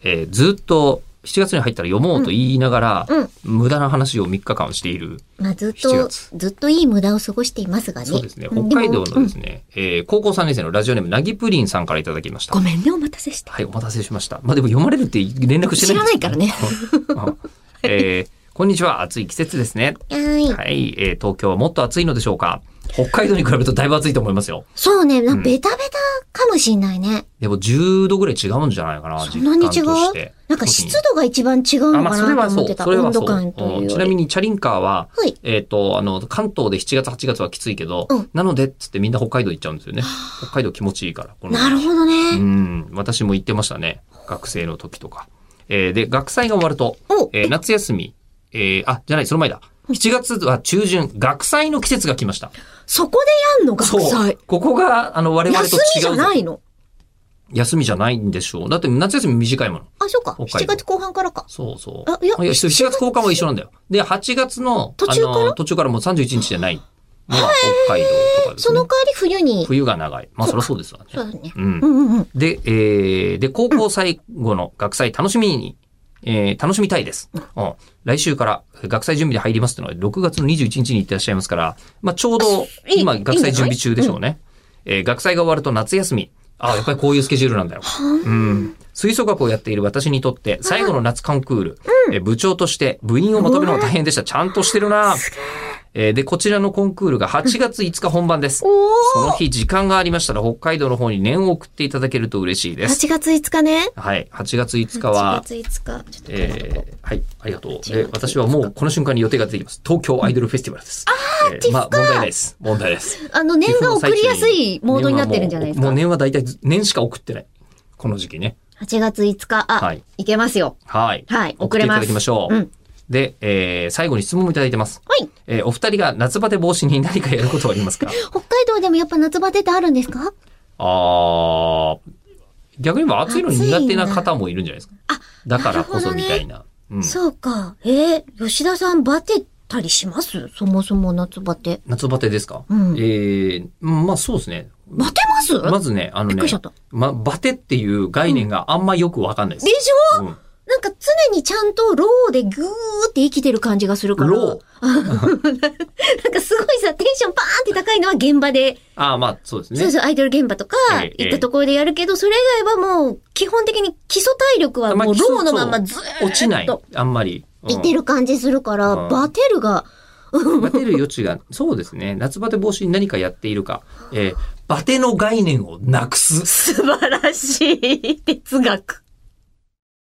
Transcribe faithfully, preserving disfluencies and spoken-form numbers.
えー、ずっとしちがつに入ったら読もうと言いながら、 うんうん、 無駄な話をみっかかんしている。 まあ、ずっと、ずっといい無駄を過ごしていますがね。 そうですね。北海道のですね、うん、えー、高校さんねん生のラジオネーム、なぎプリンさんからいただきました。 ごめんね、お待たせして。 はい、お待たせしました。まあでも読まれるって連絡してないんです、ね、 知らないからね。 えー、こんにちは。暑い季節ですね。 はい。 はい、えー、東京はもっと暑いのでしょうか。北海道に比べるとだいぶ暑いと思いますよ。 そうね、なんかベタベタかもしんないね。うん、 でもじゅうどぐらい違うんじゃないかな。 そんなに違う？なんか湿度が一番違うのかなと思ってた。温度感という。 ちなみにチャリンカーは、はい、えっと、あの、関東でしちがつはちがつはきついけど、うん、なのでっつってみんな北海道行っちゃうんですよね。北海道気持ちいいから。 なるほどね。 うん、私も行ってましたね。学生の時とか。えー、で、学祭が終わると、えー、夏休み、えー、あ、じゃない、その前だ。しちがつは中旬、学祭の季節が来ました。 そこでやんの学祭。 そう。ここが、あの、我々と違う。 休みじゃないの？ 休みじゃないんでしょう。だって夏休み短いもの。 あ、そうか。しちがつこう半からか。 そうそう。 あ、いや、 いやしちがつこう半は一緒なんだよ。で、はちがつの、 途中からあの、途中からもうさんじゅういちにちじゃないのが北海道とかですね。 その代わり冬に。 冬が長い。まあ、そりゃそうですわね。 そうだね。 うん。うんうんうん。で、えー、で、高校最後の学祭楽しみに、えー、楽しみたいです、うん。来週から学祭準備で入りますというのはろくがつのにじゅういちにちに行ってらっしゃいますから、まあ、ちょうど今学祭準備中でしょうね。いいえー、学祭が終わると夏休み。あ、やっぱりこういうスケジュールなんだよ。うん。吹奏楽をやっている私にとって最後の夏コンクール、うん、えー、部長として部員をまとめるのが大変でした。ちゃんとしてるな。えー、で、こちらのコンクールがはちがついつか本番です。その日時間がありましたら北海道の方に念を送っていただけると嬉しいです。 はちがついつかね。 はい。はちがついつかは。 はちがついつか。ちょっとえー、はい。ありがとう。で、私はもうこの瞬間に予定が出てきます。東京アイドルフェスティバルです。 あー、えー、 まあ、問題ないです。問題です。 あの、年が送りやすいモードになってるんじゃないですか。 もう年は大体、年しか送ってない。この時期ね。 はちがついつか、あ、はい、いけますよ。 はい。 はい。送れます。 送っていただきましょう。うん。で、えー、最後に質問もいただいてます。 はい。 えー、お二人が夏バテ防止に何かやることはありますか？ 北海道でもやっぱ夏バテってあるんですか？ あー、逆に言えば暑いのに苦手な方もいるんじゃないですか。あ、だからこそみたいな。 な、ね、うん、そうか。えー、吉田さんバテたりします？そもそも夏バテ。 夏バテですか？うん、えー、まあそうですね。 バテます？ まずね、あのね、ま、バテっていう概念があんまよくわかんないです。 でしょ？うん、なんか常にちゃんとローでぐーって生きてる感じがするから。 ローなんかすごいさ、テンションパーンって高いのは現場で。 ああ、まあそうですね。 そうそう、アイドル現場とか、行ったところでやるけど、ええ、それ以外はもう、基本的に基礎体力はもうローのままずーっと。 落ちない。あんまり。 いってる感じするから、うん、バテるが。 バテる余地が、そうですね。夏バテ防止に何かやっているか。えー、バテの概念をなくす。 素晴らしい哲学。